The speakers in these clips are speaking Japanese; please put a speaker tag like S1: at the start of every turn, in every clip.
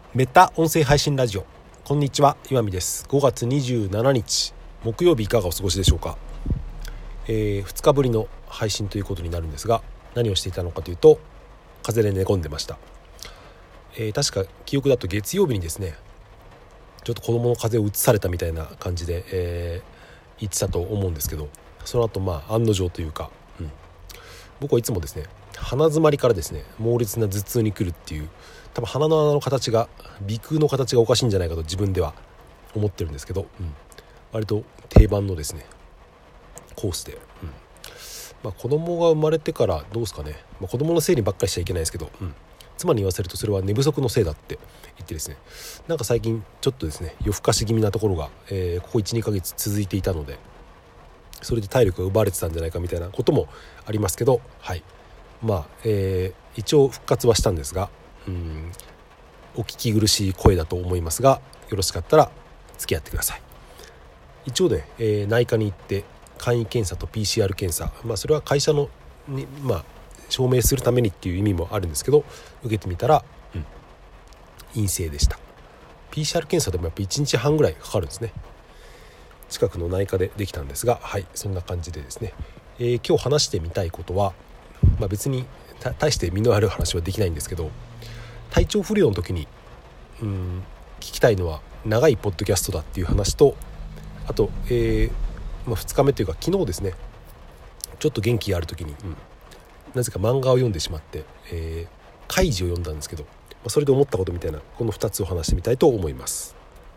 S1: メタ音声配信ラジオ、こんにちは、岩見です。5月27日木曜日、いかがお過ごしでしょうか。2日ぶりの配信ということになるんですが、何をしていたのかというと、風邪で寝込んでました。確か記憶だと月曜日にですね、ちょっと子供の風邪をうつされたみたいな感じで、言ってたと思うんですけど、その後案の定というか、僕はいつもですね、鼻詰まりからですね、猛烈な頭痛に来るっていう、多分鼻の穴の形が、鼻腔の形がおかしいんじゃないかと自分では思ってるんですけど、割と定番のですねコースで、子供が生まれてからどうですかね、子供のせいにばっかりしちゃいけないですけど、妻に言わせるとそれは寝不足のせいだって言ってですね、なんか最近ちょっとですね夜更かし気味なところが、ここ 1,2 ヶ月続いていたので、それで体力が奪われてたんじゃないかみたいなこともありますけど、一応復活はしたんですが、お聞き苦しい声だと思いますが、よろしかったら付き合ってください。一応ね、内科に行って簡易検査と PCR 検査、それは会社のに、証明するためにっていう意味もあるんですけど、受けてみたら、陰性でした。 PCR 検査でもやっぱ1日半ぐらいかかるんですね。近くの内科でできたんですが、そんな感じでですね、今日話してみたいことは、別に大して身のある話はできないんですけど、体調不良の時に聞きたいのは長いポッドキャストだっていう話と、あと、2日目というか昨日ですね、ちょっと元気がある時に、なぜか漫画を読んでしまって、カイジを読んだんですけど、それで思ったことみたいな、この2つを話してみたいと思います。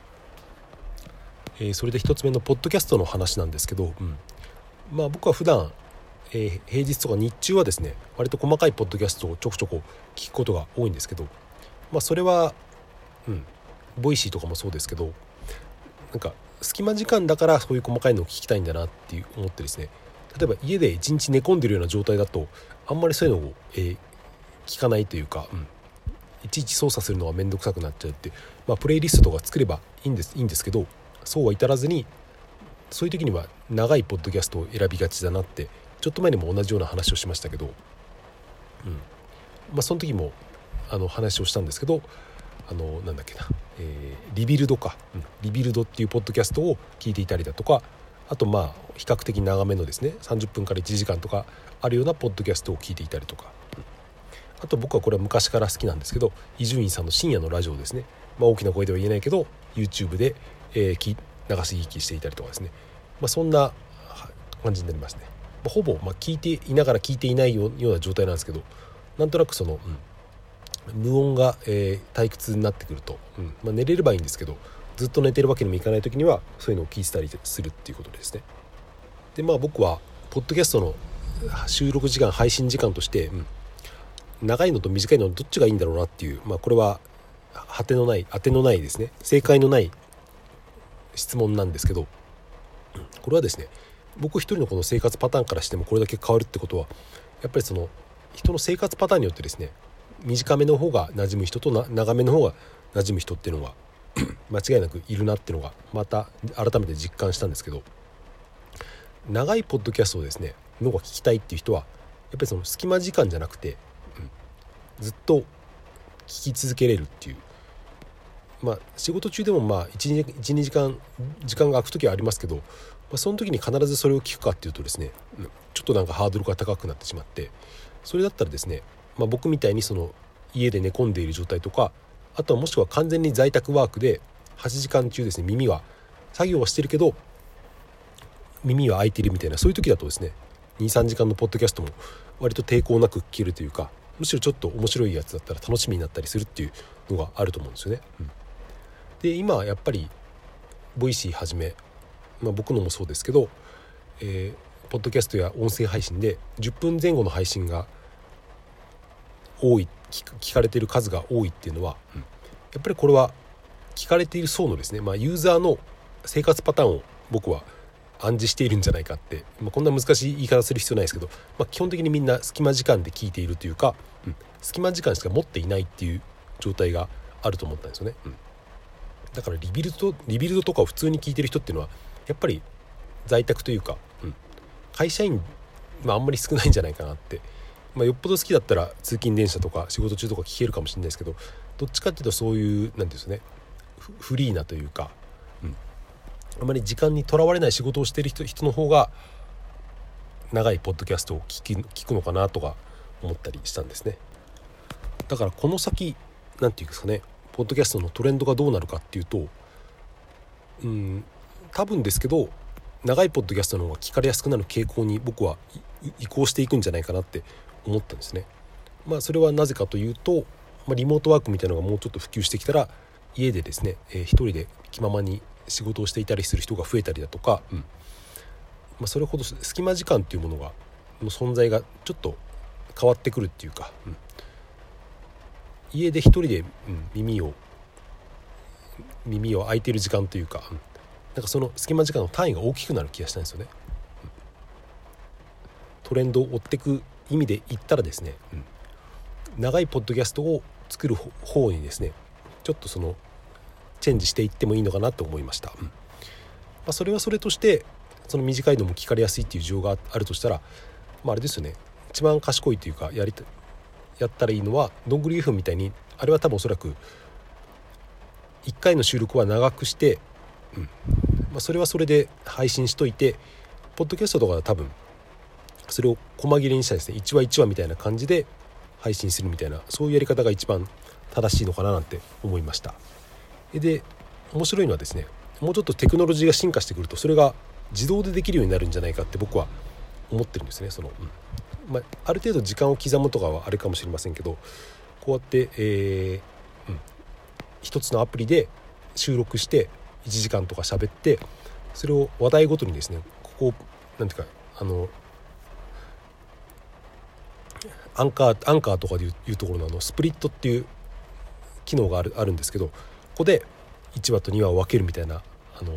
S1: それで1つ目のポッドキャストの話なんですけど、僕は普段平日とか日中はですね、割と細かいポッドキャストをちょこちょこ聞くことが多いんですけど、それは、ボイシーとかもそうですけど、なんか隙間時間だからそういう細かいのを聞きたいんだなって思ってですね、例えば家で一日寝込んでるような状態だとあんまりそういうのを、聞かないというか、いちいち操作するのがめんどくさくなっちゃうって、プレイリストとか作ればいいんですけど、そうは至らずに、そういう時には長いポッドキャストを選びがちだなって、ちょっと前にも同じような話をしましたけど、その時も話をしたんですけど、リビルドリビルドっていうポッドキャストを聞いていたりだとか、あと比較的長めのですね、30分から1時間とかあるようなポッドキャストを聞いていたりとか、あと僕はこれは昔から好きなんですけど、伊集院さんの深夜のラジオですね、大きな声では言えないけど YouTube で、流し聞きしていたりとかですね、そんな感じになりますね。ほぼ聞いていながら聞いていないような状態なんですけど、なんとなくその、無音が、退屈になってくると、寝れればいいんですけど、ずっと寝てるわけにもいかない時にはそういうのを聞いてたりするっていうことですね。で僕はポッドキャストの収録時間、配信時間として、長いのと短いのどっちがいいんだろうなっていう、これは当てのないですね、正解のない質問なんですけど、これはですね、僕一人のこの生活パターンからしてもこれだけ変わるってことは、やっぱりその人の生活パターンによってですね、短めの方が馴染む人と長めの方が馴染む人っていうのが間違いなくいるなっていうのがまた改めて実感したんですけど、長いポッドキャストをですねのが聞きたいっていう人は、やっぱりその隙間時間じゃなくて、ずっと聞き続けれるっていう、仕事中でも1、2時間時間が空く時はありますけど、その時に必ずそれを聞くかっていうとですね、ちょっとなんかハードルが高くなってしまって、それだったらですね、僕みたいにその家で寝込んでいる状態とか、あとはもしくは完全に在宅ワークで8時間中ですね、耳は作業はしてるけど耳は開いているみたいな、そういう時だとですね 2,3 時間のポッドキャストも割と抵抗なく聞けるというか、むしろちょっと面白いやつだったら楽しみになったりするっていうのがあると思うんですよね。で今やっぱりボイシーはじめ、僕のもそうですけど、ポッドキャストや音声配信で10分前後の配信が多い、聞かれている数が多いっていうのは、やっぱりこれは聞かれている層のですね、ユーザーの生活パターンを僕は暗示しているんじゃないかって、こんな難しい言い方する必要ないですけど、基本的にみんな隙間時間で聞いているというか、隙間時間しか持っていないっていう状態があると思ったんですよね。だからリビルドとかを普通に聞いてる人っていうのはやっぱり在宅というか、会社員、あんまり少ないんじゃないかなって、よっぽど好きだったら通勤電車とか仕事中とか聞けるかもしれないですけど、 どっちかっていうとそういうなんていうんですかね、フリーなというか、あまり時間にとらわれない仕事をしている人の方が長いポッドキャストを聞くのかなとか思ったりしたんですね。だからこの先なんていうんですかね、ポッドキャストのトレンドがどうなるかっていうと、多分ですけど長いポッドキャストの方が聞かれやすくなる傾向に僕は移行していくんじゃないかなって思ったんですね。それはなぜかというと、リモートワークみたいなのがもうちょっと普及してきたら家でですね、一人で気ままに仕事をしていたりする人が増えたりだとか、それほど隙間時間っていうものがの存在がちょっと変わってくるっていうか、家で一人で、耳を開いている時間というか、なんかその隙間時間の単位が大きくなる気がしたんですよね。トレンドを追っていく意味で言ったらですね、長いポッドキャストを作る方にですねちょっとそのチェンジしていってもいいのかなと思いました。それはそれとしてその短いのも聞かれやすいっていう需要があるとしたら、あれですよね、一番賢いというかやったらいいのはどんぐり FM みたいに、あれは多分おそらく1回の収録は長くして、それはそれで配信しといて、ポッドキャストとかは多分それを細切れにしたですね、1話1話みたいな感じで配信するみたいな、そういうやり方が一番正しいのかななんて思いました。で面白いのはですね、もうちょっとテクノロジーが進化してくるとそれが自動でできるようになるんじゃないかって僕は思ってるんですね。ある程度時間を刻むとかはあれかもしれませんけど、こうやって、一つのアプリで収録して1時間とか喋って、それを話題ごとにですね、なんていうかアンカーとかでいうところのスプリットっていう機能があるんですけど、ここで1話と2話を分けるみたいな、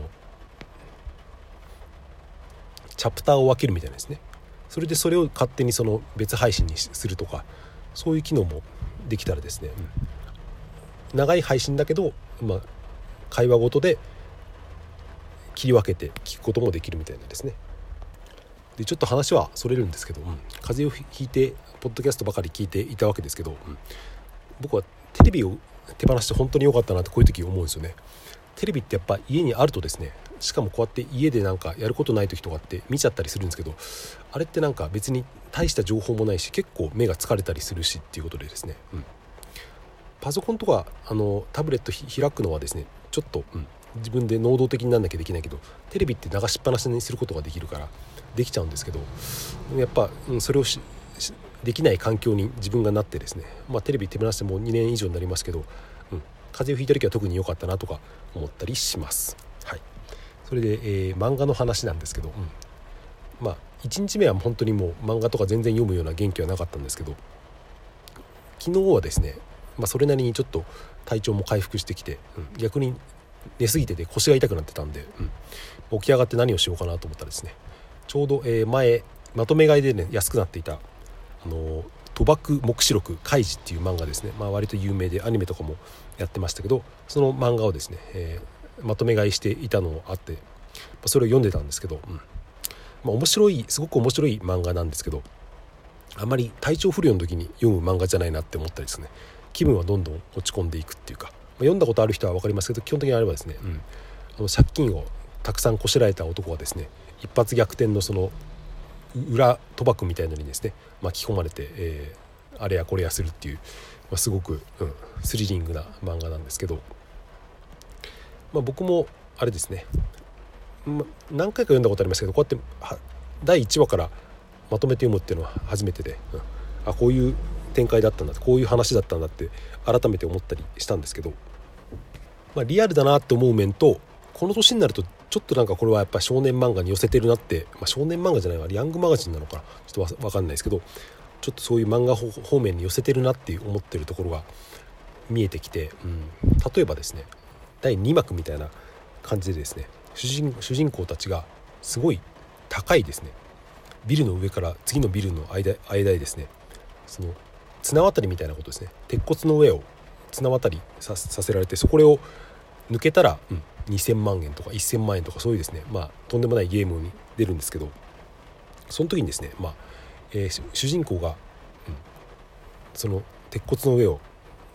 S1: チャプターを分けるみたいなですね、それを勝手にその別配信にするとか、そういう機能もできたらですね、長い配信だけど、会話ごとで切り分けて聞くこともできるみたいなですね。でちょっと話はそれるんですけど、風邪をひいてポッドキャストばかり聞いていたわけですけど、僕はテレビを手放して本当に良かったなってこういう時思うんですよね。テレビってやっぱ家にあるとですね、しかもこうやって家でなんかやることない時とかって見ちゃったりするんですけど、あれってなんか別に大した情報もないし、結構目が疲れたりするしっていうことでですね、パソコンとかタブレット開くのはですねちょっと、自分で能動的になんなきゃできないけど、テレビって流しっぱなしにすることができるからできちゃうんですけど、やっぱ、それをできない環境に自分がなってですね、テレビ手放してもう2年以上になりますけど、風邪をひいた時は特に良かったなとか思ったりします。それで、漫画の話なんですけど、1日目は本当にもう漫画とか全然読むような元気はなかったんですけど、昨日はですね、それなりにちょっと体調も回復してきて、逆に寝すぎてて腰が痛くなってたんで、起き上がって何をしようかなと思ったらですね、ちょうど、前まとめ買いでね安くなっていた賭博黙示録カイジっていう漫画ですね、割と有名でアニメとかもやってましたけど、その漫画をですね、まとめ買いしていたのあって、それを読んでたんですけど、すごく面白い漫画なんですけど、あまり体調不良の時に読む漫画じゃないなって思ったりですね、気分はどんどん落ち込んでいくっていうか、読んだことある人は分かりますけど、基本的にあればですね、借金をたくさんこしらえた男がですね、一発逆転のその裏賭博みたいなのにですね巻き込まれて、あれやこれやするっていう、すごく、スリリングな漫画なんですけど、僕もあれですね、何回か読んだことありましたけど、こうやって第1話からまとめて読むっていうのは初めてで、こういう展開だったんだ、こういう話だったんだって改めて思ったりしたんですけど、リアルだなって思う面と、この年になるとちょっとなんかこれはやっぱ少年漫画に寄せてるなって、少年漫画じゃないわ、ヤングマガジンなのかな、ちょっと分かんないですけど、ちょっとそういう漫画方面に寄せてるなって思ってるところが見えてきて、例えばですね、第2幕みたいな感じでですね、主人公たちがすごい高いですねビルの上から次のビルの間にですね、その綱渡りみたいなことですね、鉄骨の上を綱渡り させられて、そこを抜けたら、2000万円とか1000万円とか、そういうですね、とんでもないゲームに出るんですけど、その時にですね、主人公が、その鉄骨の上をもう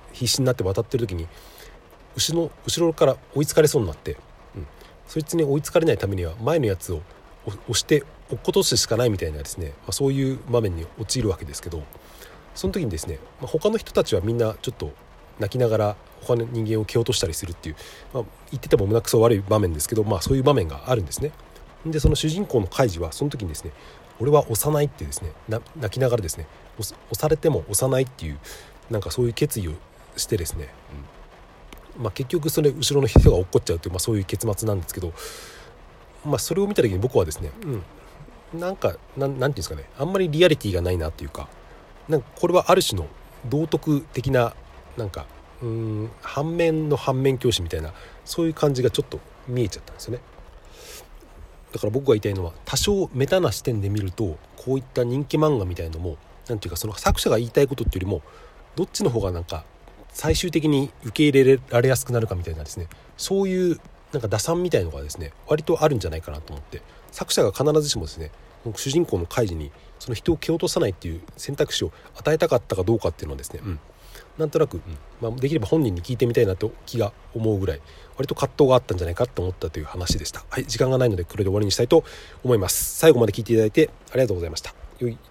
S1: 必死になって渡ってる時に後ろから追いつかれそうになって、そいつに追いつかれないためには前のやつを押して落っことすしかないみたいなですね、そういう場面に陥るわけですけど、その時にですね、他の人たちはみんなちょっと泣きながら他の人間を蹴落としたりするっていう、言ってても胸くそ悪い場面ですけど、そういう場面があるんですね。でその主人公のカイジはその時にですね、俺は押さないってですね、泣きながらですね、押されても押さないっていうそういう決意をしてですね、結局それ後ろの人が落っこっちゃうという、そういう結末なんですけど、それを見た時に僕はですね、なんていうんですかね、あんまりリアリティがないなっていうか、これはある種の道徳的な反面の反面教師みたいな、そういう感じがちょっと見えちゃったんですよね。だから僕が言いたいのは、多少メタな視点で見るとこういった人気漫画みたいのもなんていうか、その作者が言いたいことっていうよりもどっちの方が最終的に受け入れられやすくなるかみたいなですね、そういう打算みたいのがですね割とあるんじゃないかなと思って、作者が必ずしもですね主人公のカイジにその人を蹴落とさないっていう選択肢を与えたかったかどうかっていうのはですね、なんとなく、できれば本人に聞いてみたいなと気が思うぐらい割と葛藤があったんじゃないかと思ったという話でした。はい、時間がないのでこれで終わりにしたいと思います。最後まで聞いていただいてありがとうございました。